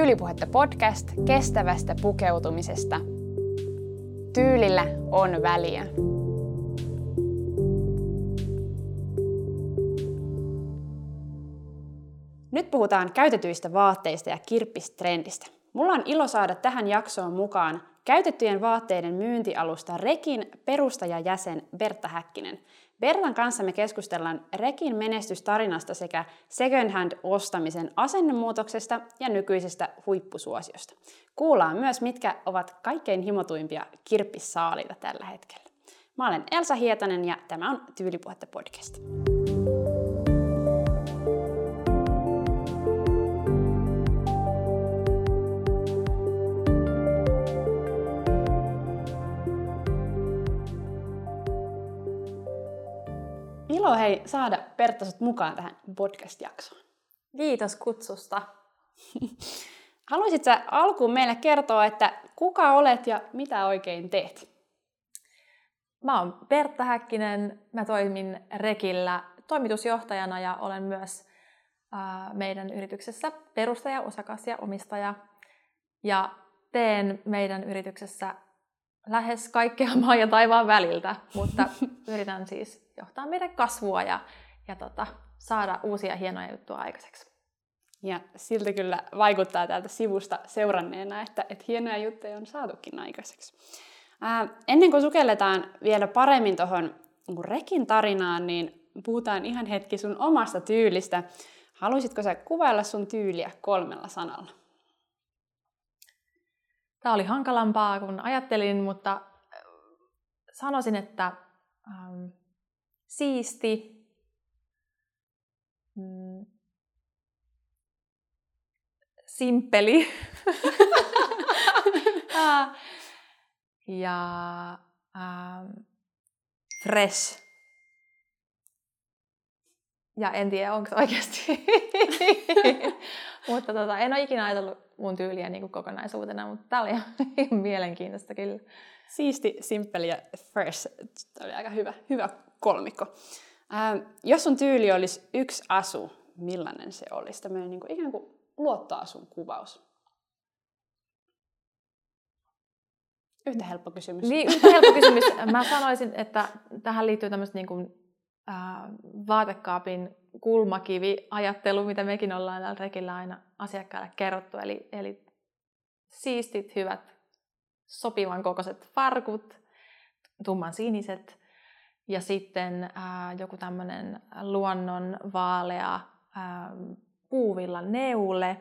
Tyylipuhetta podcast kestävästä pukeutumisesta. Tyylillä on väliä. Nyt puhutaan käytetyistä vaatteista ja kirppistrendistä. Mulla on ilo saada tähän jaksoon mukaan käytettyjen vaatteiden myyntialusta Rekin perustajajäsen Bertta Häkkinen. Bertan kanssa me keskustellaan Rekin menestystarinasta sekä second hand ostamisen asennemuutoksesta ja nykyisestä huippusuosiosta. Kuullaan myös, mitkä ovat kaikkein himotuimpia kirppissaaliita tällä hetkellä. Mä olen Elsa Hietanen ja tämä on Tyylipuhetta podcast. Ilo hei saada Bertta sut mukaan tähän podcast-jaksoon. Kiitos kutsusta. Haluaisit sä alkuun meille kertoa, että kuka olet ja mitä oikein teet? Mä oon Bertta Häkkinen, mä toimin Rekillä toimitusjohtajana ja olen myös meidän yrityksessä perustaja, osakas ja omistaja. Ja teen meidän yrityksessä lähes kaikkea maan ja taivaan väliltä, mutta yritän siis johtaa meidän kasvua ja saada uusia hienoja juttuja aikaiseksi. Ja siltä kyllä vaikuttaa täältä sivusta seuranneena, että hienoja juttuja on saatukin aikaiseksi. Ennen kuin sukelletaan vielä paremmin tuohon Rekin tarinaan, niin puhutaan ihan hetki sun omasta tyylistä. Haluaisitko sä kuvailla sun tyyliä 3 sanalla? Tämä oli hankalampaa kuin ajattelin, mutta sanoisin, että siisti, simppeli ja fresh. Ja en tiedä, onko se oikeasti. Mutta en ole ikinä ajatellut mun tyyliä niin kuin kokonaisuutena, mutta tämä oli ihan mielenkiintoista kyllä. Siisti, simppeli ja fresh. Tämä oli aika hyvä kolmikko. Jos sun tyyli olisi yksi asu, millainen se olisi? Tämmöinen niin kuin, ikään kuin luottoasun kuvaus. Yhtä helppo kysymys. Niin, yhtä helppo kysymys. Mä sanoisin, että tähän liittyy tämmöistä niin kuin, vaatekaapin kulmakivi-ajattelu, mitä mekin ollaan täällä Rekillä aina asiakkaille kerrottu. Eli siistit, hyvät, sopivan kokoiset farkut, tumman siniset ja sitten joku tämmöinen luonnon vaalea puuvillan neule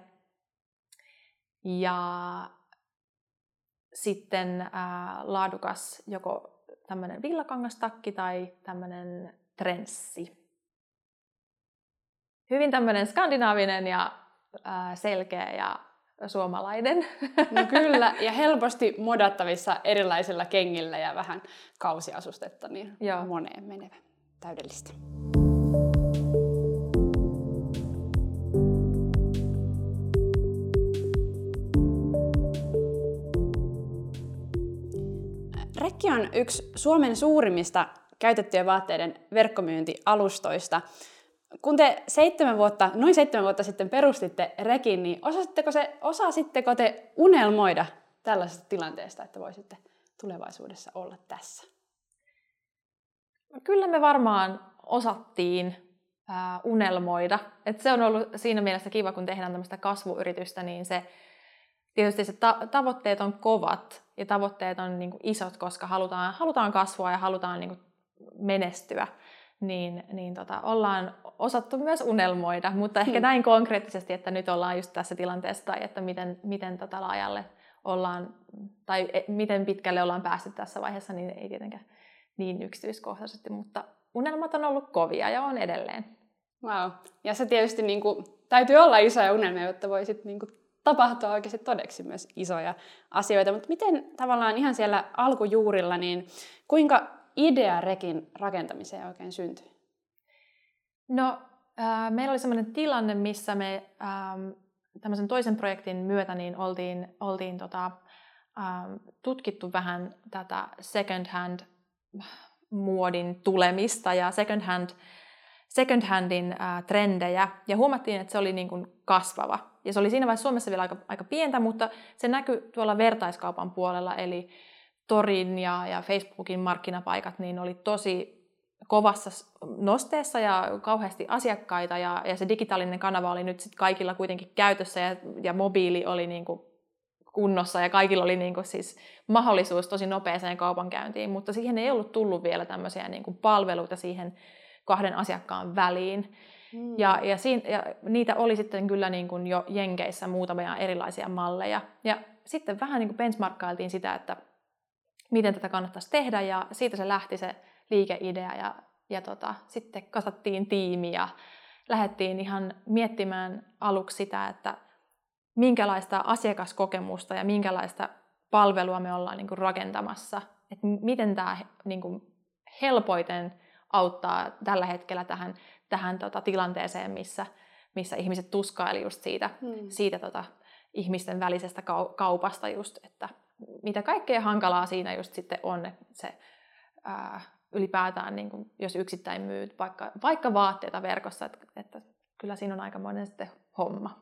ja sitten laadukas joko tämmöinen villakangastakki tai tämmöinen trenssi. Hyvin tämmöinen skandinaavinen ja selkeä ja suomalainen. No kyllä, ja helposti modattavissa erilaisilla kengillä ja vähän kausiasustetta, niin joo. Moneen menevä. Täydellistä. Rekki on yksi Suomen suurimmista käytettyjen vaatteiden verkkomyyntialustoista. Kun te noin 7 vuotta sitten perustitte Rekin, niin osasitteko te unelmoida tällaisesta tilanteesta, että voisitte tulevaisuudessa olla tässä? Kyllä me varmaan osattiin unelmoida. Et se on ollut siinä mielessä kiva, kun tehdään tämmöistä kasvuyritystä, niin se tietysti se tavoitteet on kovat ja tavoitteet on niin kuin isot, koska halutaan kasvua ja halutaan niin kuin menestyä. Niin ollaan osattu myös unelmoida, mutta ehkä näin konkreettisesti, että nyt ollaan just tässä tilanteessa tai että miten laajalle ollaan tai miten pitkälle ollaan päästy tässä vaiheessa, niin ei tietenkään niin yksityiskohtaisesti, mutta unelmat on ollut kovia ja on edelleen. Wow. Ja se tietysti niin kuin, täytyy olla isoja unelmia, jotta voi sitten niin kuin tapahtua oikeasti todeksi myös isoja asioita, mutta miten tavallaan ihan siellä alkujuurilla, niin kuinka idea Rekin rakentamiseen oikein syntyi? No, meillä oli sellainen tilanne, missä me tämmöisen toisen projektin myötä niin oltiin tutkittu vähän tätä second hand muodin tulemista ja second handin trendejä ja huomattiin, että se oli niin kuin kasvava Ja se oli siinä vaiheessa Suomessa vielä aika pientä, mutta se näkyi tuolla vertaiskaupan puolella, eli Torin ja Facebookin markkinapaikat niin oli tosi kovassa nosteessa ja kauheasti asiakkaita, ja se digitaalinen kanava oli nyt sit kaikilla kuitenkin käytössä, ja mobiili oli niin kuin kunnossa, ja kaikilla oli niin kuin siis mahdollisuus tosi nopeaseen kaupankäyntiin, mutta siihen ei ollut tullut vielä tämmöisiä niin kuin palveluita siihen 2 asiakkaan väliin. Ja niitä oli sitten kyllä niin kuin jo Jenkeissä muutamia erilaisia malleja. Ja sitten vähän niin kuin benchmarkkailtiin sitä, että miten tätä kannattaisi tehdä, ja siitä se lähti se liikeidea, ja sitten kasattiin tiimi ja lähdettiin ihan miettimään aluksi sitä, että minkälaista asiakaskokemusta ja minkälaista palvelua me ollaan niin kuin rakentamassa, että miten tämä niin kuin helpoiten auttaa tällä hetkellä tähän tilanteeseen, missä ihmiset tuskaili just siitä ihmisten välisestä kaupasta just, että mitä kaikkea hankalaa siinä just sitten on, että se ylipäätään, niin kuin, jos yksittäin myyt vaikka vaatteita verkossa, että kyllä siinä on aikamoinen sitten homma.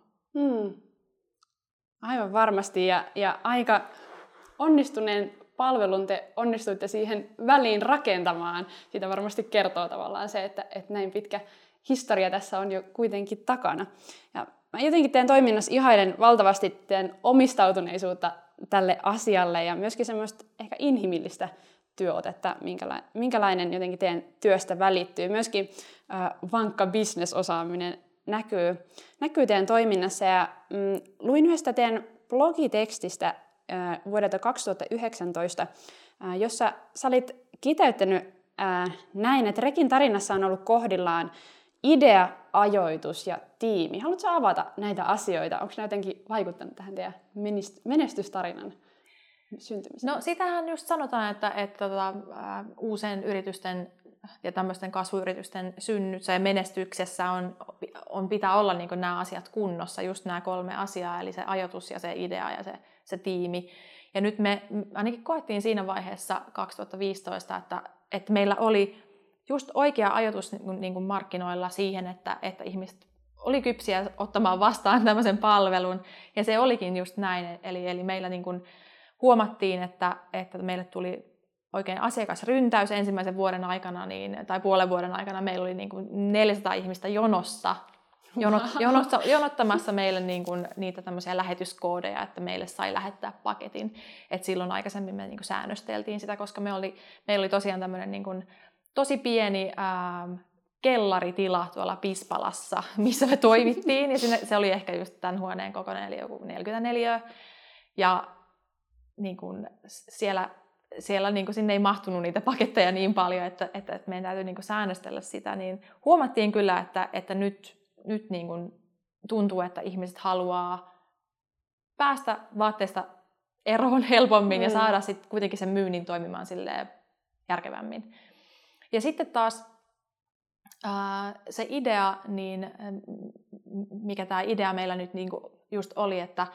Aivan varmasti, ja aika onnistuneen palvelun te onnistuitte siihen väliin rakentamaan. Siitä varmasti kertoo tavallaan se, että näin pitkä historia tässä on jo kuitenkin takana. Ja mä jotenkin teidän toiminnassa ihailen valtavasti teidän omistautuneisuutta tälle asialle ja myöskin semmoista ehkä inhimillistä työotetta, minkälainen jotenkin teidän työstä välittyy. Myöskin vankka business-osaaminen näkyy teidän toiminnassa. Ja luin yhdestä teidän blogitekstistä vuodelta 2019, jossa sä olit kiteyttänyt näin, että Rekin tarinassa on ollut kohdillaan idea, ajoitus ja tiimi. Haluatko avata näitä asioita? Onko ne jotenkin vaikuttanut tähän teidän menestystarinan syntymiseen? No sitähän just sanotaan, että uusien yritysten ja tämmöisten kasvuyritysten synnyssä ja menestyksessä pitää olla niin kuin nämä asiat kunnossa, just nämä 3 asiaa, eli se ajoitus ja se idea ja se tiimi. Ja nyt me ainakin koettiin siinä vaiheessa 2015, että meillä oli just oikea ajoitus niin kuin markkinoilla siihen, että ihmiset oli kypsiä ottamaan vastaan tämmöisen palvelun, ja se olikin just näin. Eli meillä niin kuin huomattiin, että meille tuli oikein asiakasryntäys ensimmäisen vuoden aikana, tai puolen vuoden aikana meillä oli niin kuin 400 ihmistä jonottamassa meille niin kuin niitä tämmöisiä lähetyskoodeja, että meille sai lähettää paketin. Et silloin aikaisemmin me niin kuin säännösteltiin sitä, koska meillä oli tosiaan tämmöinen niin kuin tosi pieni kellaritila tuolla Pispalassa, missä me toimittiin, ja se oli ehkä just tämän huoneen kokoinen, eli joku 44, ja niin kuin siellä niin kuin sinne ei mahtunut niitä paketteja niin paljon, että meidän täytyy niin kuin säännöstellä sitä, niin huomattiin kyllä, että nyt niin kuin tuntuu, että ihmiset haluaa päästä vaatteista eroon helpommin ja saada sitten kuitenkin sen myynnin toimimaan silleen järkevämmin. Ja sitten taas se idea, niin mikä tämä idea meillä nyt niin kuin just oli, että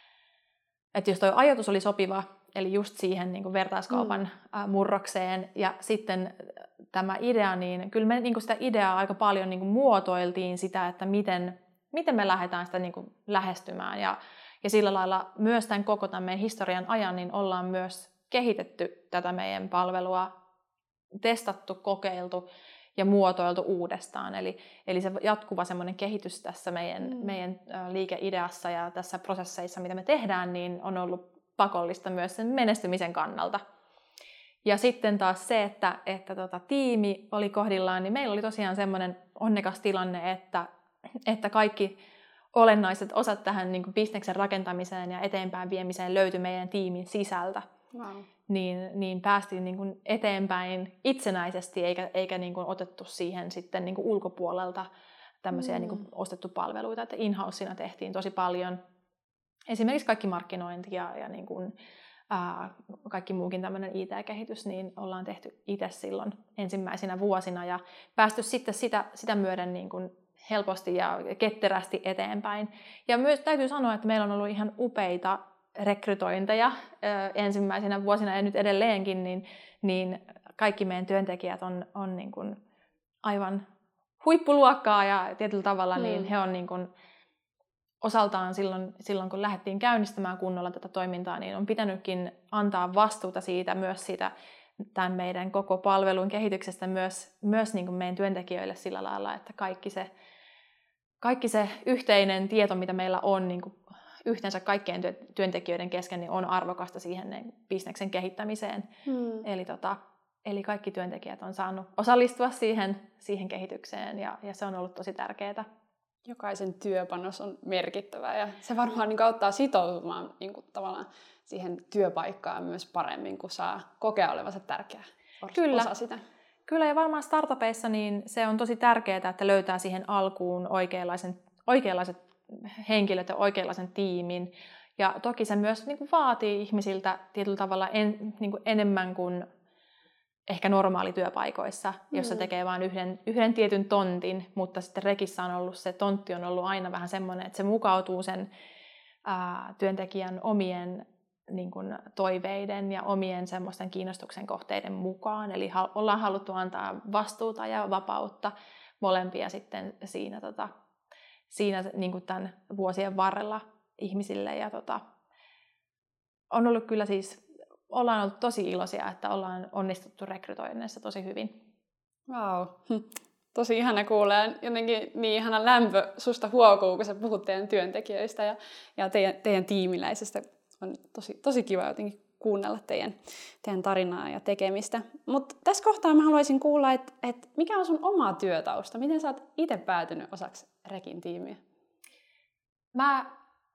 jos tuo ajoitus oli sopiva, eli just siihen niin kuin vertaiskaupan murrokseen, ja sitten tämä idea, niin kyllä me niin kuin sitä ideaa aika paljon niin kuin muotoiltiin sitä, että miten me lähdetään sitä niin kuin lähestymään, ja sillä lailla myös tämän koko tämän meidän historian ajan niin ollaan myös kehitetty tätä meidän palvelua, testattu, kokeiltu ja muotoiltu uudestaan. Eli se jatkuva semmoinen kehitys tässä meidän liikeideassa ja tässä prosesseissa, mitä me tehdään, niin on ollut pakollista myös sen menestymisen kannalta. Ja sitten taas se, että tiimi oli kohdillaan, niin meillä oli tosiaan semmoinen onnekas tilanne, että kaikki olennaiset osat tähän niin kuin bisneksen rakentamiseen ja eteenpäin viemiseen löytyi meidän tiimin sisältä. Wow. Niin päästiin niin kuin eteenpäin itsenäisesti, eikä niin kuin otettu siihen sitten niin kuin ulkopuolelta tämmöisiä niin kuin ostettu palveluita. Että in-housena tehtiin tosi paljon. Esimerkiksi kaikki markkinointi ja niin kuin, kaikki muukin tämmöinen IT-kehitys, niin ollaan tehty itse silloin ensimmäisinä vuosina ja päästy sitten sitä myöden niin kuin helposti ja ketterästi eteenpäin. Ja myös täytyy sanoa, että meillä on ollut ihan upeita rekrytointeja ensimmäisinä vuosina ja nyt edelleenkin, niin kaikki meidän työntekijät on niin kuin aivan huippuluokkaa ja tietyllä tavalla niin he on niin kuin osaltaan silloin, kun lähdettiin käynnistämään kunnolla tätä toimintaa, niin on pitänytkin antaa vastuuta siitä, myös siitä tämän meidän koko palvelun kehityksestä myös niin kuin meidän työntekijöille sillä lailla, että kaikki se yhteinen tieto, mitä meillä on niin kuin yhteensä kaikkien työntekijöiden kesken, niin on arvokasta siihen bisneksen kehittämiseen. Eli kaikki työntekijät on saanut osallistua siihen kehitykseen ja se on ollut tosi tärkeää. Jokaisen työpanos on merkittävä ja se varmaan niin auttaa sitoutumaan niin tavallaan siihen työpaikkaan myös paremmin, kun saa kokea olevansa tärkeä osa sitä. Kyllä, ja varmaan startupeissa niin se on tosi tärkeää, että löytää siihen alkuun oikeanlaiset henkilöt ja oikeanlaisen tiimin. Ja toki se myös niin kuin vaatii ihmisiltä tietyllä tavalla niin kuin enemmän kuin ehkä normaalityöpaikoissa, jossa tekee vain yhden tietyn tontin, mutta sitten Rekissä on ollut se tontti on ollut aina vähän semmoinen, että se mukautuu sen työntekijän omien niin kuin toiveiden ja omien semmoisten kiinnostuksen kohteiden mukaan. Eli ollaan haluttu antaa vastuuta ja vapautta molempia sitten siinä niin kuin tämän vuosien varrella ihmisille. Ja on ollut kyllä siis, ollaan ollut tosi iloisia, että ollaan onnistuttu rekrytoinnissa tosi hyvin. Wow. Tosi ihana kuulla. Jotenkin niin ihana lämpö susta huokuu, kun sä puhut teidän työntekijöistä ja teidän tiimiläisistä. On tosi kiva jotenkin kuunnella teidän tarinaa ja tekemistä. Mutta tässä kohtaa mä haluaisin kuulla, että mikä on sun oma työtausta? Miten sä oot itse päätynyt osaksi Rekin tiimiä? Mä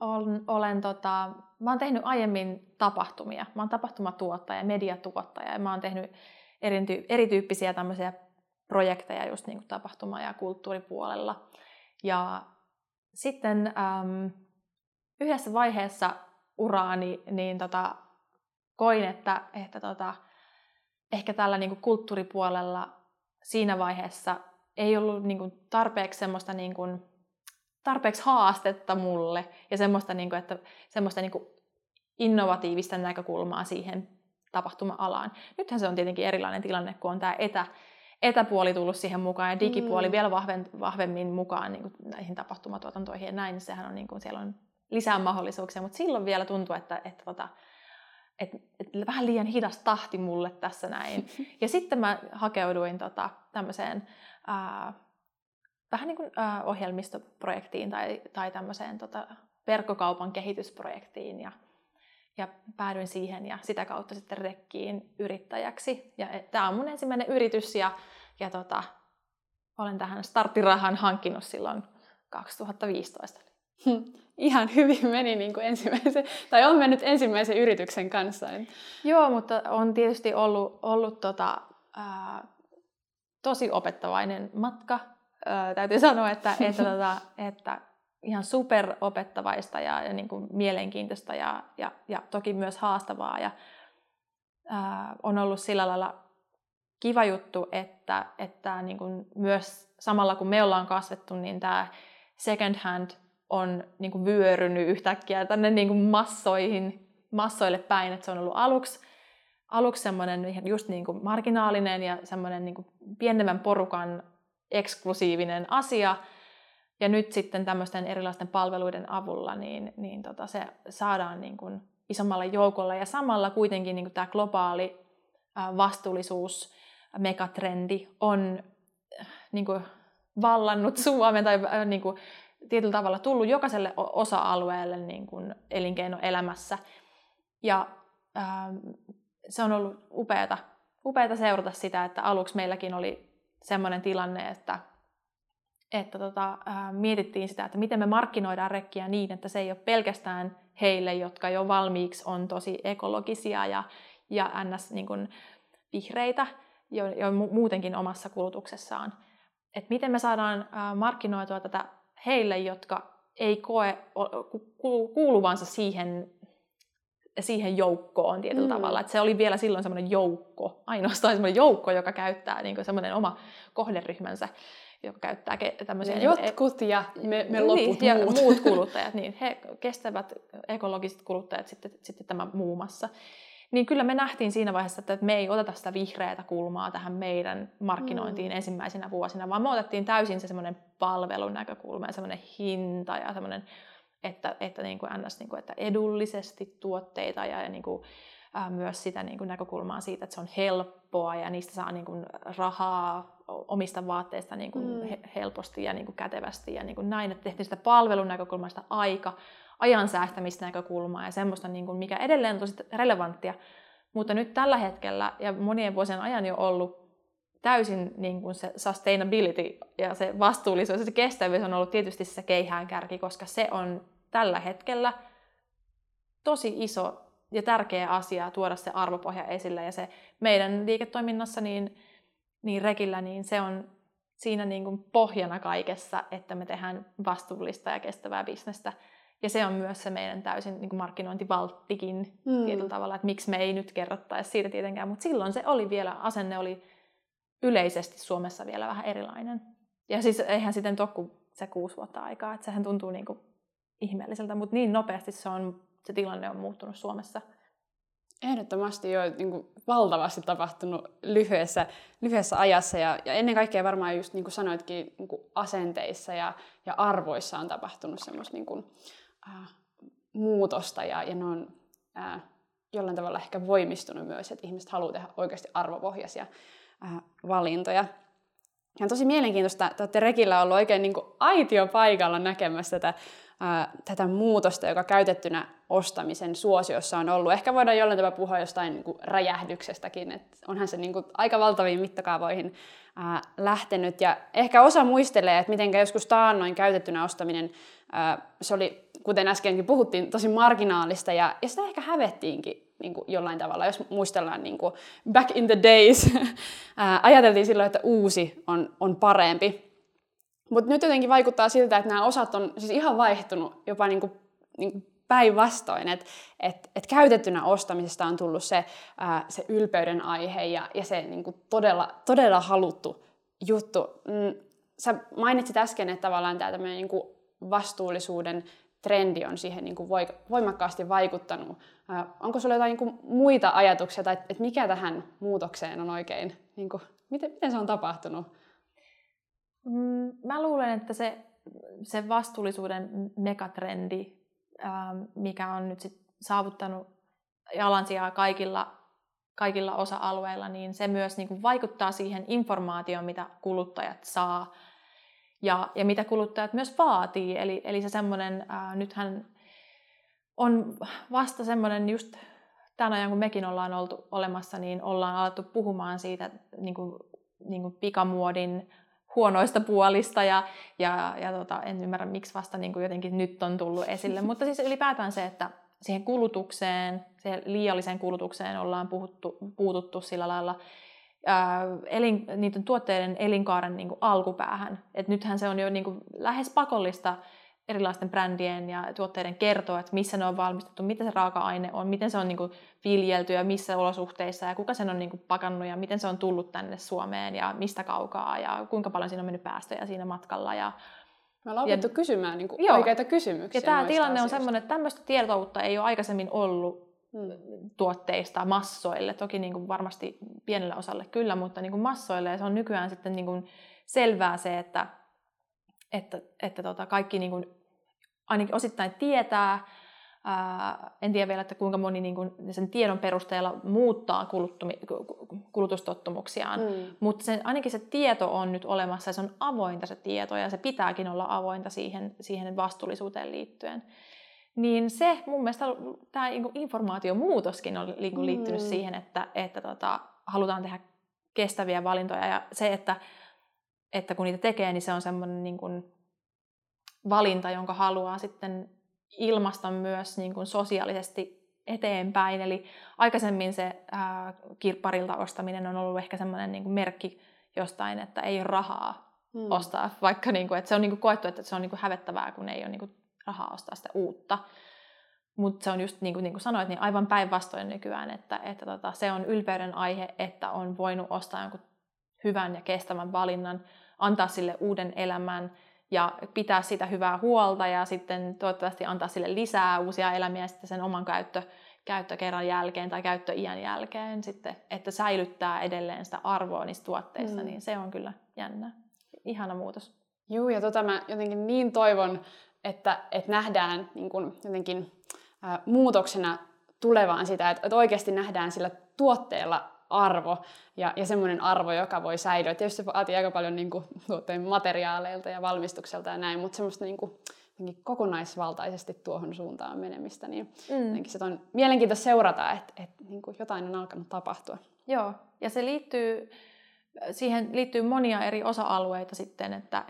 oon tehnyt aiemmin tapahtumia. Mä oon tapahtumatuottaja, mediatuottaja ja mä oon tehnyt erityyppisiä tämmöisiä projekteja just niin kuin tapahtuma- ja kulttuuripuolella. Ja sitten yhdessä vaiheessa uraani niin koin, että ehkä tällä niin kuin kulttuuripuolella siinä vaiheessa ei ollut niin kuin tarpeeksi semmoista niin kuin tarpeeksi haastetta mulle ja semmoista, niin kuin, että semmoista niin kuin innovatiivista näkökulmaa siihen tapahtuma-alaan. Nythän se on tietenkin erilainen tilanne, kun on tämä etäpuoli tullut siihen mukaan ja digipuoli vielä vahvemmin mukaan niin kuin näihin tapahtumatuotantoihin ja näin. Sehän on, niin kuin, siellä on lisää mahdollisuuksia, mutta silloin vielä tuntui, että vähän liian hidas tahti mulle tässä näin. Ja sitten mä hakeuduin tämmöiseen vähän niin kuin ohjelmistoprojektiin tai tämmöiseen verkkokaupan kehitysprojektiin ja päädyin siihen ja sitä kautta sitten Rekkiin yrittäjäksi. Ja tämä on mun ensimmäinen yritys ja olen tähän starttirahan hankkinut silloin 2015. Ihan hyvin meni niin kuin on mennyt ensimmäisen yrityksen kanssa. Joo, mutta on tietysti ollut tosi opettavainen matka. Täytyy sanoa, että ihan super opettavaista ja niin kuin mielenkiintoista ja toki myös haastavaa. Ja, on ollut sillä lailla kiva juttu, että niin kuin myös samalla kun me ollaan kasvettu, niin tämä second hand on niin kuin vyörynyt yhtäkkiä tänne niin kuin massoille päin. Että se on ollut aluksi semmoinen just niin kuin marginaalinen ja semmoinen niin kuin pienemmän porukan eksklusiivinen asia. Ja nyt sitten tämmöisten erilaisten palveluiden avulla niin se saadaan niin kuin isommalla joukolla. Ja samalla kuitenkin niin kuin tämä globaali vastuullisuus, megatrendi on niin kuin vallannut Suomen tai niin kuin tietyllä tavalla tullut jokaiselle osa-alueelle niin kuin elinkeinoelämässä. Ja se on ollut upeata seurata sitä, että aluksi meilläkin oli semmoinen tilanne, että mietittiin sitä, että miten me markkinoidaan Rekkiä niin, että se ei ole pelkästään heille, jotka jo valmiiksi on tosi ekologisia ja ns. Niin kuin vihreitä jo muutenkin omassa kulutuksessaan. Että miten me saadaan markkinoitua tätä heille, jotka ei koe kuuluvansa siihen joukkoon tietyllä tavalla. Että se oli vielä silloin semmoinen joukko, ainoastaan semmoinen joukko, joka käyttää niin kuin semmoinen oma kohderyhmänsä, joka käyttää tämmöisiä... Jotkut ja me loput ja muut kuluttajat, niin he kestävät ekologiset kuluttajat sitten tämä muumassa. Niin kyllä me nähtiin siinä vaiheessa, että me ei oteta sitä vihreätä kulmaa tähän meidän markkinointiin ensimmäisenä vuosina, vaan me otettiin täysin se semmoinen palvelun näkökulma ja semmoinen hinta ja semmoinen että niin kuin ns. Niin kuin, että edullisesti tuotteita ja niin kuin, myös sitä niin kuin näkökulmaa siitä, että se on helppoa ja niistä saa niin kuin rahaa omista vaatteista niin kuin helposti ja niin kuin kätevästi ja niin kuin näin, että tehtiin sitä palvelun näkökulmasta ajan säästämistä näkökulmaa ja semmoista, niin kuin, mikä edelleen on tosi relevanttia, mutta nyt tällä hetkellä ja monien vuosien ajan jo ollut täysin niin kuin se sustainability ja se vastuullisuus ja se kestävyys on ollut tietysti se keihäänkärki, koska se on tällä hetkellä tosi iso ja tärkeä asia tuoda se arvopohja esille ja se meidän liiketoiminnassa niin Rekillä, niin se on siinä niin kuin pohjana kaikessa, että me tehdään vastuullista ja kestävää bisnestä. Ja se on myös se meidän täysin niin kuin markkinointivalttikin tietyllä tavalla, että miksi me ei nyt kerrottaisi siitä tietenkään, mutta silloin se oli vielä, asenne oli yleisesti Suomessa vielä vähän erilainen. Ja siis eihän sitten tokku se 6 vuotta aikaa, että sehän tuntuu niin kuin ihmeelliseltä, mutta niin nopeasti se tilanne on muuttunut Suomessa. Ehdottomasti jo niin kuin valtavasti tapahtunut lyhyessä ajassa ja ennen kaikkea varmaan just niin kuin sanoitkin niin kuin asenteissa ja arvoissa on tapahtunut semmoista niin kuin, muutosta ja ne on jollain tavalla ehkä voimistunut myös, että ihmiset haluaa tehdä oikeasti arvopohjaisia valintoja. Ja on tosi mielenkiintoista, että olette Rekillä ollut oikein niin kuin aitiopaikalla näkemässä tätä muutosta, joka käytettynä ostamisen suosiossa on ollut. Ehkä voidaan jollain tavalla puhua jostain niin kuin räjähdyksestäkin, että onhan se niin kuin aika valtaviin mittakaavoihin lähtenyt. Ja ehkä osa muistelee, että miten joskus taannoin käytettynä ostaminen, se oli, kuten äskenkin puhuttiin, tosi marginaalista ja sitä ehkä hävettiinkin niin kuin jollain tavalla, jos muistellaan niin kuin back in the days. Ajateltiin silloin, että uusi on parempi. Mutta nyt jotenkin vaikuttaa siltä, että nämä osat on siis ihan vaihtunut jopa niin kuin päinvastoin, että käytettynä ostamisesta on tullut se ylpeyden aihe ja se niin kuin todella haluttu juttu. Sä mainitsit äsken, että tavallaan tämä tämmöinen niin kuin vastuullisuuden trendi on siihen niin kuin voimakkaasti vaikuttanut. Onko sulla jotain niin kuin muita ajatuksia, tai että mikä tähän muutokseen on oikein, niin kuin, miten se on tapahtunut? Mä luulen, että se vastuullisuuden megatrendi, mikä on nyt sit saavuttanut jalansijaa kaikilla osa-alueilla, niin se myös niin kuin vaikuttaa siihen informaatioon, mitä kuluttajat saa ja mitä kuluttajat myös vaatii. Eli se semmoinen, nythän on vasta semmoinen just tämän ajan, kun mekin ollaan oltu olemassa, niin ollaan alettu puhumaan siitä niin kuin pikamuodin huonoista puolista ja en ymmärrä, miksi vasta niin kuin jotenkin nyt on tullut esille. Mutta siis ylipäätään se, että siihen kulutukseen, siihen liialliseen kulutukseen ollaan puututtu sillä lailla niiden tuotteiden elinkaaren niin kuin alkupäähän. Et nythän se on jo niin kuin lähes pakollista erilaisten brändien ja tuotteiden kertoa, että missä ne on valmistettu, mitä se raaka-aine on, miten se on niin kuin viljelty ja missä olosuhteissa ja kuka sen on niin kuin pakannut ja miten se on tullut tänne Suomeen ja mistä kaukaa ja kuinka paljon siinä on mennyt päästöjä siinä matkalla. Me ollaan opittu kysymään niin kuin oikeita kysymyksiä. Ja tämä tilanne on sellainen, että tämmöistä tietoutta ei ole aikaisemmin ollut tuotteista massoille. Toki niin kuin varmasti pienelle osalle kyllä, mutta niin kuin massoille. Ja se on nykyään sitten niin kuin selvää se, että kaikki niin kuin ainakin osittain tietää. En tiedä vielä, että kuinka moni niin kuin sen tiedon perusteella muuttaa kulutustottumuksiaan, mutta ainakin se tieto on nyt olemassa ja se on avointa se tieto ja se pitääkin olla avointa siihen vastuullisuuteen liittyen. Niin se mun mielestä tämä informaatiomuutoskin on liittynyt siihen, että halutaan tehdä kestäviä valintoja ja se, että kun niitä tekee, niin se on semmoinen niin kuin valinta, jonka haluaa sitten ilmaista myös niin kuin sosiaalisesti eteenpäin. Eli aikaisemmin se kirpparilta ostaminen on ollut ehkä semmoinen niin kuin merkki jostain, että ei ole rahaa ostaa, vaikka niin kuin, että se on niin kuin koettu, että se on niin kuin hävettävää, kun ei ole niin kuin rahaa ostaa sitä uutta. Mutta se on just niin kuin sanoit, niin aivan päinvastoin nykyään, että se on ylpeyden aihe, että on voinut ostaa jonkun hyvän ja kestävän valinnan, antaa sille uuden elämän ja pitää sitä hyvää huolta ja sitten toivottavasti antaa sille lisää uusia elämiä sitten sen oman käyttökerran jälkeen tai käyttöiän jälkeen sitten, että säilyttää edelleen sitä arvoa niistä tuotteista, niin se on kyllä jännä. Ihana muutos. Joo, ja mä jotenkin niin toivon, että nähdään niin kuin jotenkin muutoksena tulevaan sitä, että oikeasti nähdään sillä tuotteella arvo ja semmoinen arvo, joka voi säilyä. Tietysti se vaatii aika paljon niin kuin, tuotteen materiaaleilta ja valmistukselta ja näin, mutta semmoista niin kuin, kokonaisvaltaisesti tuohon suuntaan menemistä, niin se on mielenkiintoista seurata, että niin kuin jotain on alkanut tapahtua. Joo, ja siihen liittyy monia eri osa-alueita sitten, että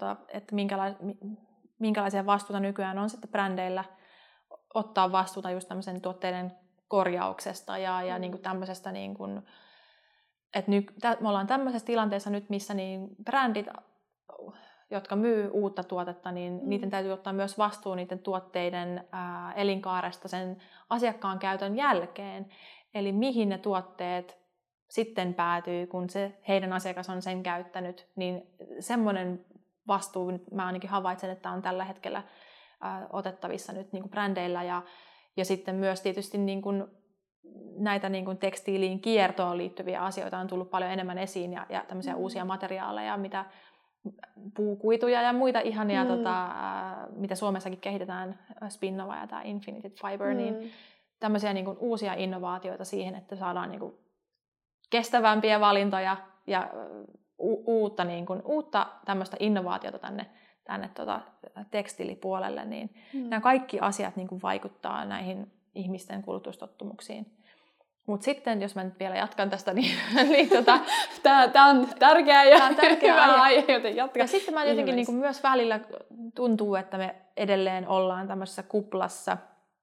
minkälaisia vastuuta nykyään on sitten brändeillä ottaa vastuuta just tämmöisen tuotteiden korjauksesta ja niin kuin tämmöisestä, niin kuin, että me ollaan tämmöisessä tilanteessa nyt, missä niin brändit, jotka myy uutta tuotetta, niin niiden täytyy ottaa myös vastuu niiden tuotteiden elinkaaresta sen asiakkaan käytön jälkeen. Eli mihin ne tuotteet sitten päätyy, kun se heidän asiakas on sen käyttänyt, niin semmoinen vastuu, mä ainakin havaitsen, että on tällä hetkellä otettavissa nyt niin kuin brändeillä ja sitten myös tietysti niin kuin näitä niin kuin tekstiiliin kiertoon liittyviä asioita on tullut paljon enemmän esiin ja tämmöisiä uusia materiaaleja, mitä puukuituja ja muita ihania, mitä Suomessakin kehitetään, Spinnova ja tämä Infinite Fiber, niin tämmöisiä niin kuin uusia innovaatioita siihen, että saadaan niin kuin kestävämpiä valintoja ja uutta tämmöistä innovaatiota tänne tekstiilipuolelle, niin nämä kaikki asiat niin kuin vaikuttaa näihin ihmisten kulutustottumuksiin. Mutta sitten, jos mä nyt vielä jatkan tästä, niin Tämä on tärkeä ja hyvä aihe, joten jatka. Ja sitten mä jotenkin niin kuin myös välillä tuntuu, että me edelleen ollaan tämmöisessä kuplassa.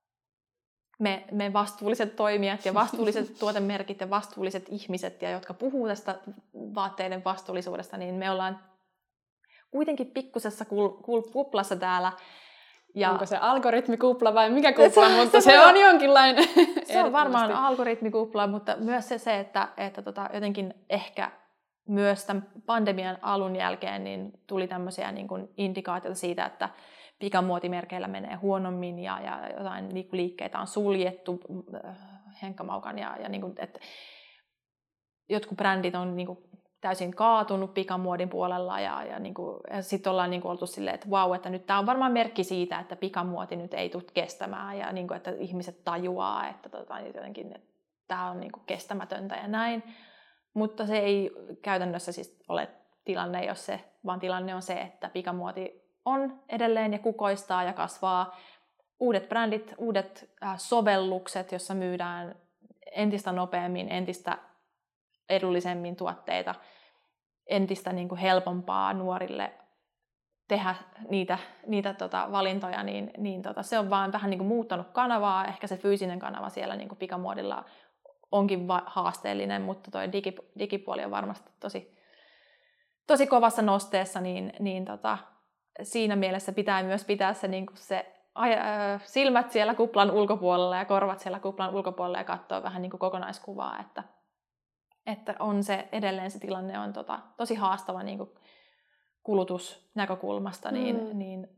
Me vastuulliset toimijat ja vastuulliset tuotemerkit ja vastuulliset ihmiset, ja jotka puhuu tästä vaatteiden vastuullisuudesta, niin me ollaan kuitenkin pikkusessa kuplassa täällä. Ja onko se algoritmikupla vai mikä kupla, mutta se on jonkinlainen. Se on varmaan algoritmikupla, mutta myös se että jotenkin ehkä myös tämän pandemian alun jälkeen niin tuli tämmöisiä niin kuin indikaatioita siitä, että pikamuotimerkeillä menee huonommin ja jotain liikkeitä on suljettu, Henkka Maukan ja niin kuin, että jotkut brändit on niin kuin täysin kaatunut pikamuodin puolella ja sitten ollaan niin kuin oltu silleen, että vau, että nyt tämä on varmaan merkki siitä, että pikamuoti nyt ei tule kestämään ja niin kuin, että ihmiset tajuaa, että jotenkin että tämä on niin kuin kestämätöntä ja näin. Mutta se ei käytännössä siis ole tilanne, vaan tilanne on se, että pikamuoti on edelleen ja kukoistaa ja kasvaa. Uudet brändit, uudet sovellukset, jossa myydään entistä nopeammin, entistä edullisemmin tuotteita, entistä niin kuin helpompaa nuorille tehdä niitä valintoja, niin se on vaan vähän niin kuin muuttanut kanavaa. Ehkä se fyysinen kanava siellä niin kuin pikamuodilla onkin haasteellinen, mutta tuo digipuoli on varmasti tosi kovassa nosteessa, niin siinä mielessä pitää myös pitää se, niin kuin se silmät siellä kuplan ulkopuolella ja korvat siellä kuplan ulkopuolella ja katsoa vähän niin kuin kokonaiskuvaa, että on se edelleen se tilanne on tosi haastava niin kuin kulutusnäkökulmasta, niin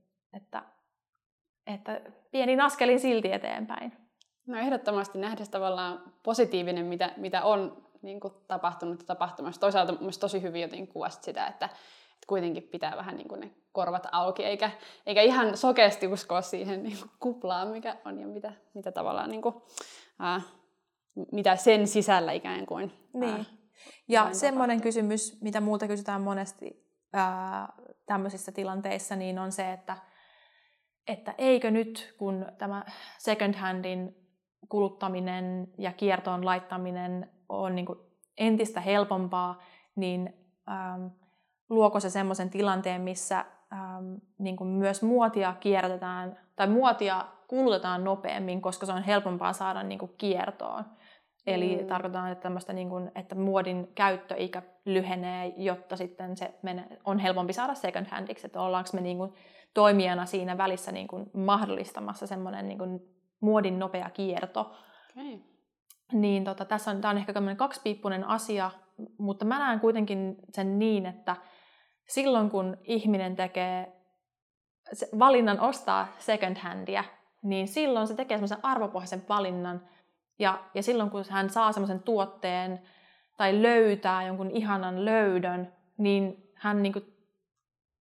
että pienin askelin silti eteenpäin. No ehdottomasti nähdä tavallaan positiivinen, mitä on niin kuin tapahtunut ja tapahtumassa. Toisaalta mielestäni tosi hyvin jotenkin kuvasit sitä, että kuitenkin pitää vähän niin kuin ne korvat auki, eikä ihan sokeasti uskoa siihen niin kuin kuplaan, mikä on ja mitä tavallaan niin kuin, mitä sen sisällä ikään kuin. Niin. Ja semmoinen kysymys, mitä multa kysytään monesti tämmöisissä tilanteissa, niin on se, että eikö nyt, kun tämä second handin kuluttaminen ja kiertoon laittaminen on niin kuin entistä helpompaa, niin luoko se semmoisen tilanteen, missä niin kuin myös muotia kierrätetään tai muotia kulutetaan nopeammin, koska se on helpompaa saada niin kuin kiertoon. Eli tarkoitan, että, niin kuin, että muodin käyttöikä lyhenee, jotta sitten se on helpompi saada second handiksi. Että ollaanko me niin kuin toimijana siinä välissä niin kuin mahdollistamassa semmoinen niin kuin muodin nopea kierto. Okay. Niin tämä on ehkä kaksipiippunen asia, mutta mä näen kuitenkin sen niin, että silloin kun ihminen tekee valinnan ostaa second handia, niin silloin se tekee semmoisen arvopohjaisen valinnan. Ja silloin kun hän saa semmoisen tuotteen tai löytää jonkun ihanan löydön, niin hän niin kuin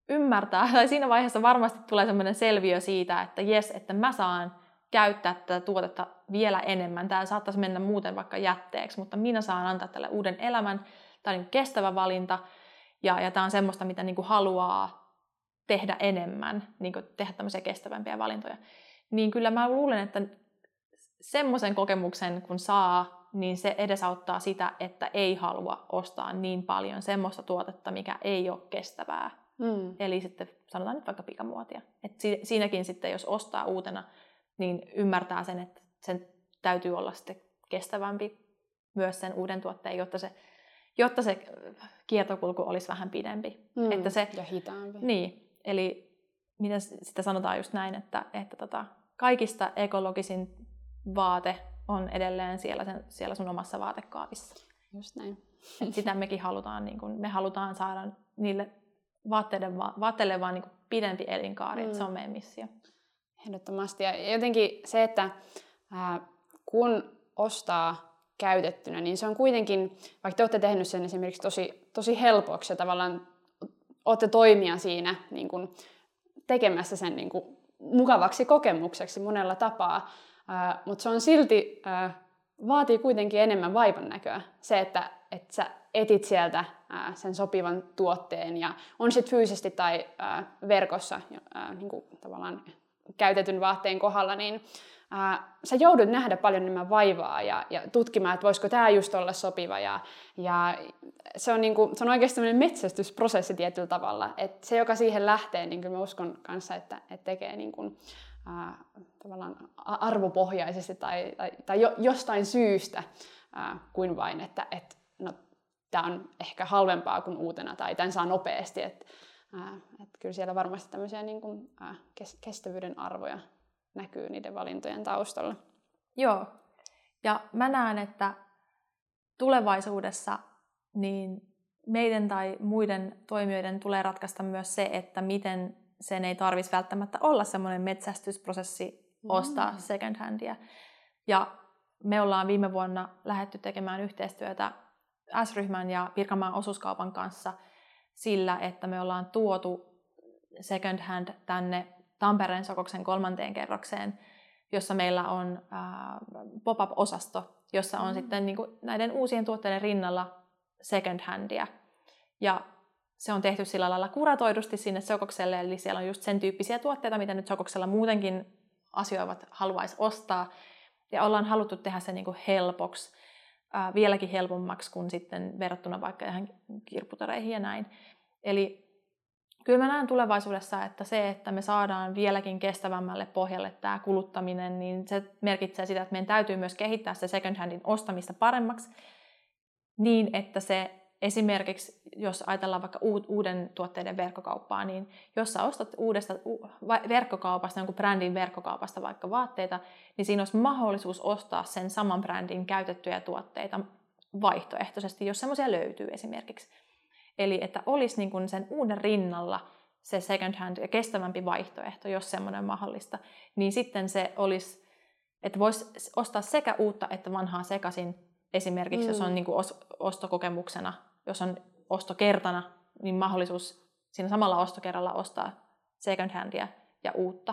ymmärtää, tai siinä vaiheessa varmasti tulee semmoinen selviö siitä, että jes, että mä saan käyttää tätä tuotetta vielä enemmän. Tämä saattaisi mennä muuten vaikka jätteeksi, mutta minä saan antaa tälle uuden elämän. Tämä on niin kestävä valinta, ja tämä on semmoista, mitä niin kuin haluaa tehdä enemmän, niin kuin tehdä tämmöisiä kestävämpiä valintoja. Niin kyllä mä luulen, että semmoisen kokemuksen kun saa, niin se edesauttaa sitä, että ei halua ostaa niin paljon semmoista tuotetta, mikä ei ole kestävää. Eli sitten sanotaan nyt vaikka pikamuotia. Et siinäkin sitten, jos ostaa uutena, niin ymmärtää sen, että sen täytyy olla sitten kestävämpi myös sen uuden tuotteen, jotta se kiertokulku olisi vähän pidempi. Että se, ja hitaampi. Niin, eli mitä sitä sanotaan just näin, että kaikista ekologisin vaate on edelleen siellä sun omassa vaatekaapissa. Just näin. Et sitä mekin halutaan, niin kun, me halutaan saada niille vaatteille vaan niin kun pidempi elinkaari, että se on meidän missio. Ehdottomasti. Ja jotenkin se, että kun ostaa käytettynä, niin se on kuitenkin, vaikka te olette tehnyt sen esimerkiksi tosi helpoksi ja tavallaan olette toimia siinä niin kun tekemässä sen niin kun mukavaksi kokemukseksi monella tapaa, mutta se on silti, vaatii kuitenkin enemmän vaivannäköä. Se, että sä etit sieltä sen sopivan tuotteen ja on sitten fyysisesti tai verkossa niin kuin tavallaan käytetyn vaatteen kohdalla, niin sä joudut nähdä paljon enemmän vaivaa ja tutkimaan, että voisiko tämä just olla sopiva. Ja se on, niinku, se on oikeasti sellainen metsästysprosessi tietyllä tavalla. Että se, joka siihen lähtee, niin kyllä mä uskon kanssa, että tekee niinku, tavallaan arvopohjaisesti tai jostain syystä kuin vain, että no, tämä on ehkä halvempaa kuin uutena tai tämän saa nopeasti. Että kyllä siellä varmasti tämmöisiä niin kuin, kestävyyden arvoja näkyy niiden valintojen taustalla. Joo, ja mä näen, että tulevaisuudessa niin meidän tai muiden toimijoiden tulee ratkaista myös se, että miten sen ei tarvitsisi välttämättä olla semmoinen metsästysprosessi ostaa second handia. Ja me ollaan viime vuonna lähdetty tekemään yhteistyötä S-ryhmän ja Pirkanmaan osuuskaupan kanssa sillä, että me ollaan tuotu second hand tänne Tampereen Sokoksen 3. kerrokseen, jossa meillä on pop-up-osasto, jossa on sitten niin kuin näiden uusien tuotteiden rinnalla second handia. Ja se on tehty sillä lailla kuratoidusti sinne Sokokselle, eli siellä on just sen tyyppisiä tuotteita, mitä nyt Sokoksella muutenkin asioivat haluaisi ostaa. Ja ollaan haluttu tehdä se niin kuin helpoksi, vieläkin helpommaksi kuin sitten verrattuna vaikka ihan kirpputoreihin ja näin. Eli kyllä mä näen tulevaisuudessa, että se, että me saadaan vieläkin kestävämmälle pohjalle tämä kuluttaminen, niin se merkitsee sitä, että meidän täytyy myös kehittää se second handin ostamista paremmaksi niin, että se esimerkiksi, jos ajatellaan vaikka uuden tuotteiden verkkokauppaa, niin jos sä ostat uudesta verkkokaupasta, jonkun brändin verkkokaupasta vaikka vaatteita, niin siinä olisi mahdollisuus ostaa sen saman brändin käytettyjä tuotteita vaihtoehtoisesti, jos semmoisia löytyy esimerkiksi. Eli että olisi niin kuin sen uuden rinnalla se second hand ja kestävämpi vaihtoehto, jos semmoinen on mahdollista, niin sitten se olisi, että voisi ostaa sekä uutta että vanhaa sekaisin. Esimerkiksi jos on niin kuin ostokokemuksena, jos on ostokertana, niin mahdollisuus siinä samalla ostokerralla ostaa second handia ja uutta.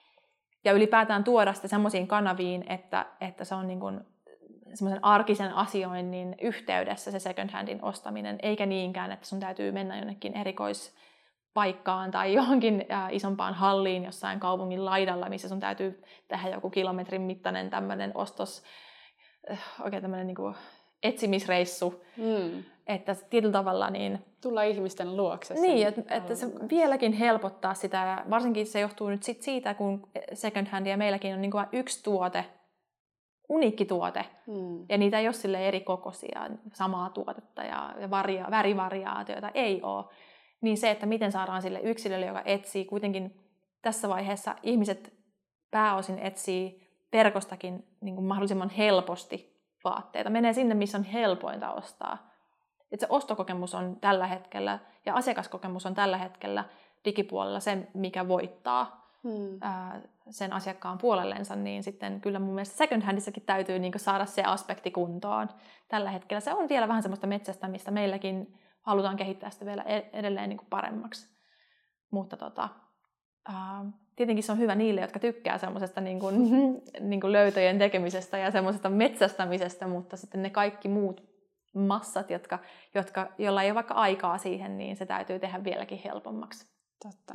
Ja ylipäätään tuoda sitä semmoisiin kanaviin, että se on niin kuin semmoisen arkisen asioinnin yhteydessä se second handin ostaminen, eikä niinkään, että sun täytyy mennä jonnekin erikoispaikkaan tai johonkin isompaan halliin jossain kaupungin laidalla, missä sun täytyy tehdä joku kilometrin mittainen tämmöinen ostos, oikein tämmöinen niin kuin etsimisreissu, että tietyllä tavalla niin tulla ihmisten luokse. Niin, että se vieläkin helpottaa sitä, ja varsinkin se johtuu nyt siitä, kun second handia meilläkin on niin kuin yksi tuote, uniikki tuote, ja niitä ei ole sille eri kokoisia, samaa tuotetta ja värivariaatioita ei ole, niin se, että miten saadaan sille yksilölle, joka etsii, kuitenkin tässä vaiheessa ihmiset pääosin etsii verkostakin niin kuin mahdollisimman helposti vaatteita. Menee sinne, missä on helpointa ostaa. Että se ostokokemus on tällä hetkellä ja asiakaskokemus on tällä hetkellä digipuolella se, mikä voittaa sen asiakkaan puolellensa, niin sitten kyllä mun mielestä second handissakin täytyy niin kuin saada se aspekti kuntoon. Tällä hetkellä se on vielä vähän semmoista metsästämistä. Meilläkin halutaan kehittää sitä vielä edelleen niin kuin paremmaksi. mutta tietenkin se on hyvä niille, jotka tykkää semmoisesta niin kuin löytöjen tekemisestä ja semmoisesta metsästämisestä, mutta sitten ne kaikki muut massat, joilla ei ole vaikka aikaa siihen, niin se täytyy tehdä vieläkin helpommaksi. Totta.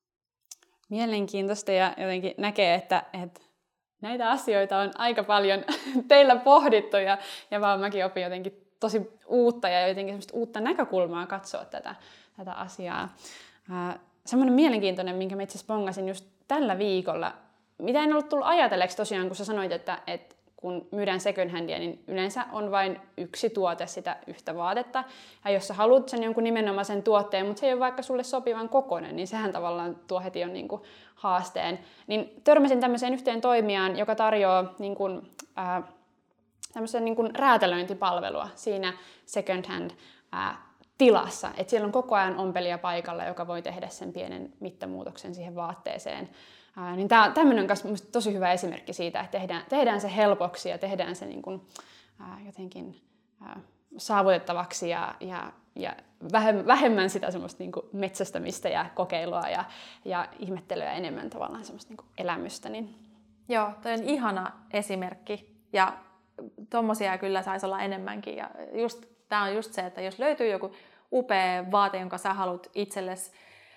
Mielenkiintoista ja jotenkin näkee, että näitä asioita on aika paljon teillä pohdittu ja vaan mäkin opin jotenkin tosi uutta ja jotenkin semmoista uutta näkökulmaa katsoa tätä asiaa. Semmoinen mielenkiintoinen, minkä mä itse asiassa bongasin just tällä viikolla, mitä en ollut tullut ajatelleeksi tosiaan, kun sä sanoit, että kun myydään second handia, niin yleensä on vain yksi tuote sitä yhtä vaatetta. Ja jos sä haluat sen jonkun nimenomaisen tuotteen, mutta se ei ole vaikka sulle sopivan kokoinen, niin sehän tavallaan tuo heti on niin kuin haasteen. Niin törmäsin tämmöiseen yhteen toimijaan, joka tarjoaa niin kuin, tämmöisen niin kuin räätälöintipalvelua siinä second hand tilassa. Että siellä on koko ajan ompelija paikalla, joka voi tehdä sen pienen mittamuutoksen siihen vaatteeseen. Niin tämmöinen on myös tosi hyvä esimerkki siitä, että tehdään se helpoksi ja tehdään se niin kuin, jotenkin saavutettavaksi ja vähemmän sitä semmoista niin kuin metsästämistä ja kokeilua ja ihmettelyä, enemmän tavallaan semmoista niin kuin elämystä. Niin. Joo, toi on ihana esimerkki ja tommosia kyllä saisi olla enemmänkin. Ja tää on just se, että jos löytyy joku upea vaate, jonka sä haluat itsellesi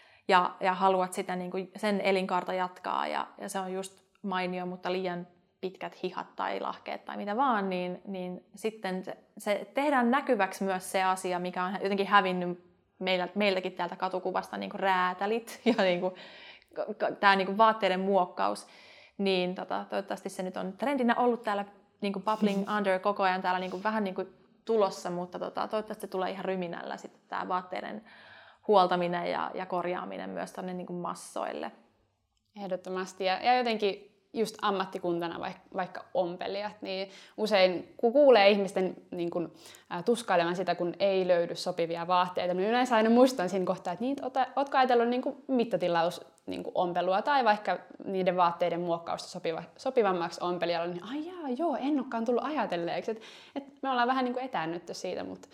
ja haluat sitä niin kuin sen elinkaarta jatkaa ja se on just mainio, mutta liian pitkät hihat tai lahkeet tai mitä vaan, niin sitten se tehdään näkyväksi myös se asia, mikä on jotenkin hävinnyt meiltäkin täältä katukuvasta, niin kuin räätälit ja niin kuin, tämä niin kuin vaatteiden muokkaus. Niin toivottavasti se nyt on trendinä ollut täällä niin kuin bubbling under koko ajan täällä niin kuin, vähän niin kuin tulossa, mutta toivottavasti se tulee ihan ryminällä sitten tämä vaatteiden huoltaminen ja korjaaminen myös tuonne niin kuin massoille. Ehdottomasti. Ja jotenkin just ammattikuntana, vaikka ompelijat, niin usein kun kuulee ihmisten niin kun, tuskailemaan sitä, kun ei löydy sopivia vaatteita, niin yleensä aina muistan siinä kohtaa, että ootko ajatellut niin mittatilaus niin ompelua tai vaikka niiden vaatteiden muokkausta sopivammaksi ompelijalle, niin joo, en olekaan tullut ajatelleeksi. Et me ollaan vähän niin kuin etäännytty siitä, mutta...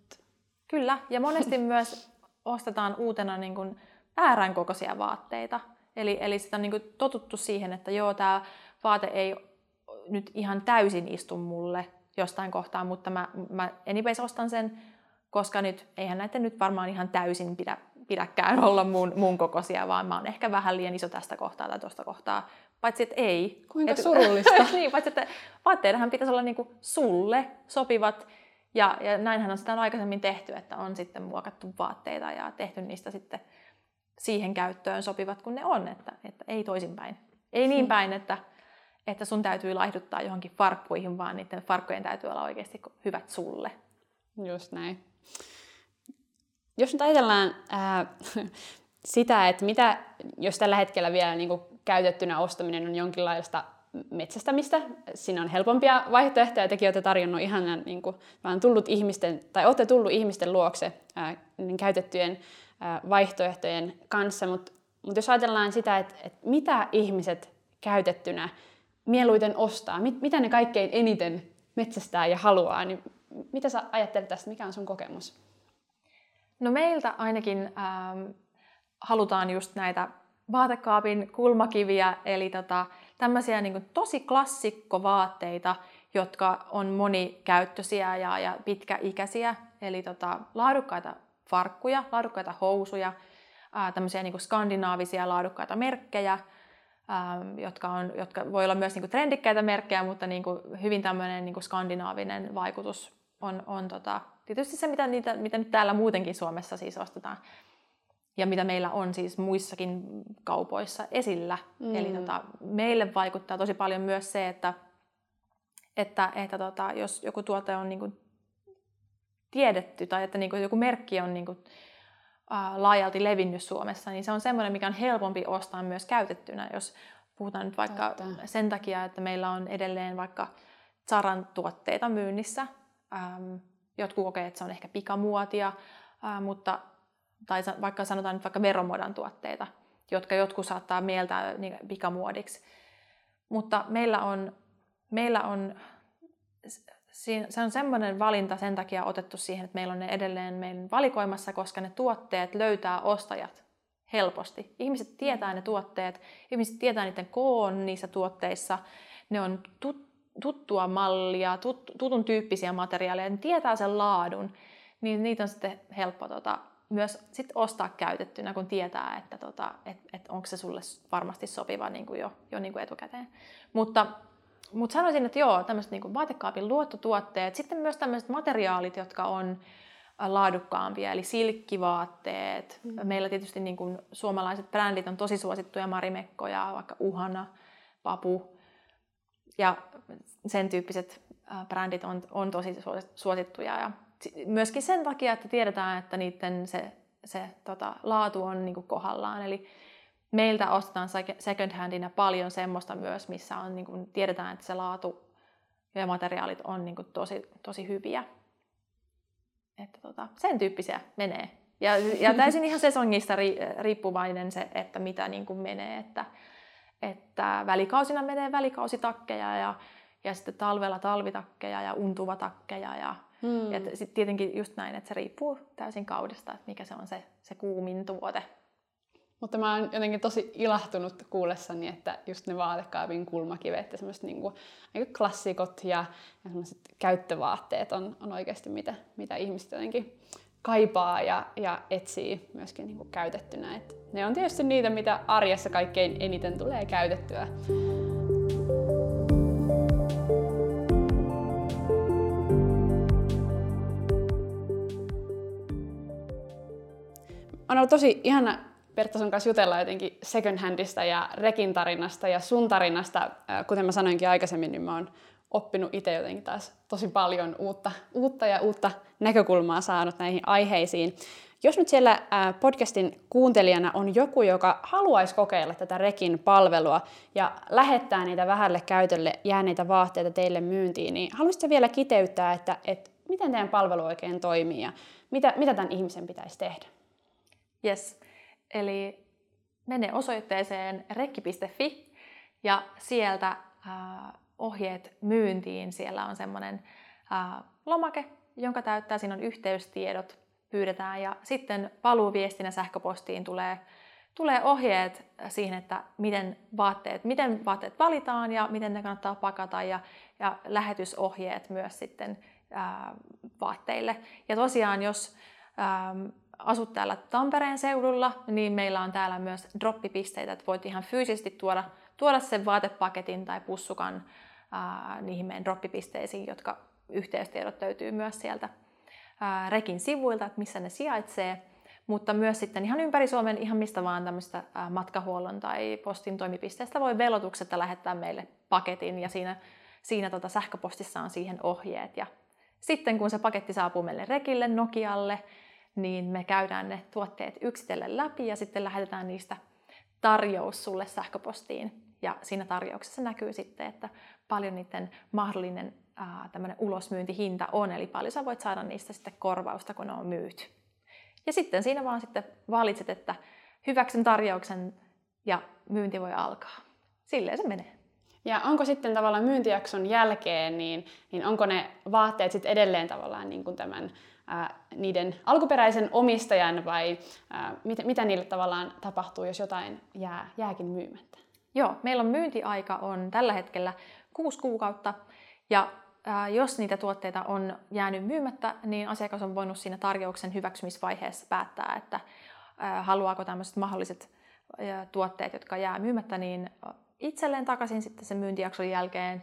Kyllä, ja monesti myös ostetaan uutena niin kuin väärän kokoisia vaatteita. Eli sitä on niin kuin totuttu siihen, että joo, tämä vaate ei nyt ihan täysin istu mulle jostain kohtaa, mutta mä anyways ostan sen, koska eihän näitä nyt varmaan ihan täysin pidäkään olla mun kokoisia, vaan mä oon ehkä vähän liian iso tästä kohtaa tai tuosta kohtaa. Paitsi, että ei. Kuinka surullista. Niin, paitsi, että vaatteidenhan pitäisi olla niinku sulle sopivat. Ja näinhän on sitä aikaisemmin tehty, että on sitten muokattu vaatteita ja tehty niistä sitten siihen käyttöön sopivat kuin ne on, että ei toisinpäin. Ei niin päin, että sun täytyy laihduttaa johonkin farkkuihin, vaan niiden farkkujen täytyy olla oikeasti hyvät sulle. Just näin. Jos nyt ajatellaan sitä, että mitä, jos tällä hetkellä vielä niin kuin käytettynä ostaminen on jonkinlaista metsästämistä, siinä on helpompia vaihtoehtoja, tekin olette tarjonnut ihan niin kuin, vaan olette tullut ihmisten luokse niin käytettyjen vaihtoehtojen kanssa, mutta jos ajatellaan sitä, että mitä ihmiset käytettynä mieluiten ostaa, mitä ne kaikkein eniten metsästää ja haluaa, niin mitä sä ajattelet tästä, mikä on sun kokemus? No meiltä ainakin halutaan just näitä vaatekaapin kulmakiviä, eli tämmöisiä niin kuin tosi klassikkovaatteita, jotka on monikäyttöisiä ja pitkäikäisiä, eli laadukkaita farkkuja, laadukkaita housuja, tämmöisiä niin kuin skandinaavisia laadukkaita merkkejä, jotka voi olla myös niin kuin trendikkäitä merkkejä, mutta niin kuin hyvin tämmöinen niin kuin skandinaavinen vaikutus on tietysti se, mitä nyt täällä muutenkin Suomessa siis ostetaan. Ja mitä meillä on siis muissakin kaupoissa esillä. Eli meille vaikuttaa tosi paljon myös se, että jos joku tuote on niin kuin tiedetty tai että niin kuin joku merkki on niin kuin laajalti levinnyt Suomessa, niin se on semmoinen, mikä on helpompi ostaa myös käytettynä. Jos puhutaan nyt vaikka sen takia, että meillä on edelleen vaikka Zaran tuotteita myynnissä. Jotkut kokee, että se on ehkä pikamuotia, tai vaikka sanotaan nyt vaikka Veromodan tuotteita, jotka jotkut saattaa mieltää niin pikamuodiksi. Mutta meillä on se on semmoinen valinta sen takia otettu siihen, että meillä on ne edelleen meidän valikoimassa, koska ne tuotteet löytää ostajat helposti. Ihmiset tietää ne tuotteet, ihmiset tietää niiden koon niissä tuotteissa, ne on tuttua mallia, tutun tyyppisiä materiaaleja, ne tietää sen laadun, niin niitä on sitten helppo myös sit ostaa käytettynä, kun tietää, että onko se sulle varmasti sopiva niin kuin jo niin kuin etukäteen. Mutta sanoisin, että joo, tämmöiset niin kuin vaatekaapin luottotuotteet, sitten myös tämmöiset materiaalit, jotka on laadukkaampia, eli silkkivaatteet. Meillä tietysti niin kuin suomalaiset brändit on tosi suosittuja, Marimekkoja, vaikka Uhana, Papu ja sen tyyppiset brändit on tosi suosittuja. Ja myöskin sen takia, että tiedetään, että niiden se laatu on niin kuin kohdallaan. Eli meiltä ostetaan second handina paljon semmoista myös, missä on, niin kuin, tiedetään, että se laatu ja materiaalit on niin kuin tosi hyviä. Että sen tyyppisiä menee. Ja täysin ihan sesongista riippuvainen se, että mitä niin kuin menee. Että välikausina menee välikausitakkeja ja sitten talvella talvitakkeja ja untuvatakkeja. Ja sitten tietenkin just näin, että se riippuu täysin kaudesta, että mikä se on se kuumin tuote. Mutta mä oon jotenkin tosi ilahtunut kuullessani, että just ne vaatekaapin kulmakivet ja semmoiset niinku klassikot ja semmoiset käyttövaatteet on oikeasti mitä ihmiset jotenkin kaipaa ja etsii myöskin niinku käytettynä. Et ne on tietysti niitä, mitä arjessa kaikkein eniten tulee käytettyä. On ollut tosi ihana Pertta sun kanssa jutella jotenkin second handista ja rekin tarinasta ja sun tarinasta. Kuten mä sanoinkin aikaisemmin, niin mä oon oppinut itse jotenkin taas tosi paljon uutta näkökulmaa saanut näihin aiheisiin. Jos nyt siellä podcastin kuuntelijana on joku, joka haluaisi kokeilla tätä rekin palvelua ja lähettää niitä vähälle käytölle jääneitä vaatteita teille myyntiin, niin haluaisitko vielä kiteyttää, että miten teidän palvelu oikein toimii ja mitä tämän ihmisen pitäisi tehdä? Yes. Eli mene osoitteeseen rekki.fi ja sieltä ohjeet myyntiin. Siellä on semmoinen lomake, jonka täyttää, siinä on yhteystiedot, pyydetään ja sitten paluuviestinä sähköpostiin tulee ohjeet siihen, että miten vaatteet valitaan ja miten ne kannattaa pakata ja lähetysohjeet myös sitten vaatteille. Ja tosiaan, jos asut täällä Tampereen seudulla, niin meillä on täällä myös droppipisteitä, että voit ihan fyysisesti tuoda sen vaatepaketin tai pussukan niihin meidän droppipisteisiin, jotka yhteystiedot löytyy myös sieltä rekin sivuilta, että missä ne sijaitsee, mutta myös sitten ihan ympäri Suomen, ihan mistä vaan tämmöistä matkahuollon tai postin toimipisteestä voi velotuksetta lähettää meille paketin ja siinä sähköpostissa on siihen ohjeet. Ja sitten kun se paketti saapuu meille rekille, Nokialle, niin me käydään ne tuotteet yksitellen läpi ja sitten lähetetään niistä tarjous sulle sähköpostiin. Ja siinä tarjouksessa näkyy sitten, että paljon niiden mahdollinen tämmöinen ulosmyyntihinta on, eli paljon sä voit saada niistä sitten korvausta, kun ne on myyty. Ja sitten siinä vaan sitten valitset, että hyväksyn tarjouksen ja myynti voi alkaa. Silleen se menee. Ja onko sitten tavallaan myyntijakson jälkeen, niin onko ne vaatteet sitten edelleen tavallaan niin kuin tämän niiden alkuperäisen omistajan vai mitä niille tavallaan tapahtuu, jos jotain jääkin myymättä? Joo, meillä on myyntiaika on tällä hetkellä 6 kuukautta ja jos niitä tuotteita on jäänyt myymättä, niin asiakas on voinut siinä tarjouksen hyväksymisvaiheessa päättää, että haluaako tämmöiset mahdolliset tuotteet, jotka jää myymättä, niin itselleen takaisin sitten sen myyntijakson jälkeen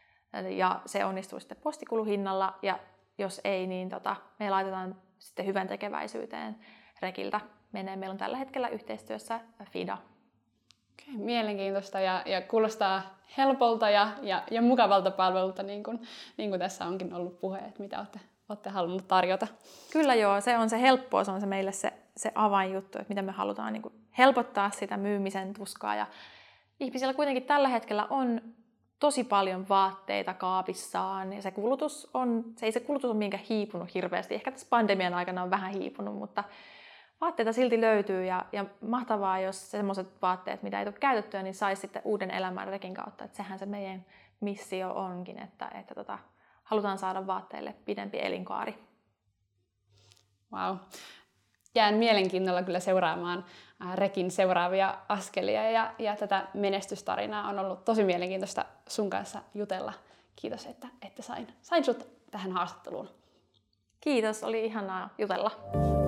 ja se onnistuu sitten postikuluhinnalla ja jos ei, niin me laitetaan sitten hyvän tekeväisyyteen rekiltä menee. Meillä on tällä hetkellä yhteistyössä FIDA. Okei, mielenkiintoista ja kuulostaa helpolta ja mukavalta palvelulta, niin kuin tässä onkin ollut puhe, että mitä olette halunnut tarjota. Kyllä joo, se on se helppoa, se on se meille se avainjuttu, että miten me halutaan niin kuin helpottaa sitä myymisen tuskaa. Ja ihmisillä kuitenkin tällä hetkellä on tosi paljon vaatteita kaapissaan ja se kulutus on minkään hiipunut hirveästi. Ehkä tässä pandemian aikana on vähän hiipunut, mutta vaatteita silti löytyy ja mahtavaa, jos semmoiset vaatteet, mitä ei tule käytettyä, niin saisi sitten uuden elämän rekin kautta. Että sehän se meidän missio onkin, että halutaan saada vaatteille pidempi elinkaari. Wow. Jään mielenkiinnolla kyllä seuraamaan Rekin seuraavia askelia ja tätä menestystarinaa. On ollut tosi mielenkiintoista sun kanssa jutella. Kiitos, että sain sut tähän haastatteluun. Kiitos, oli ihanaa jutella.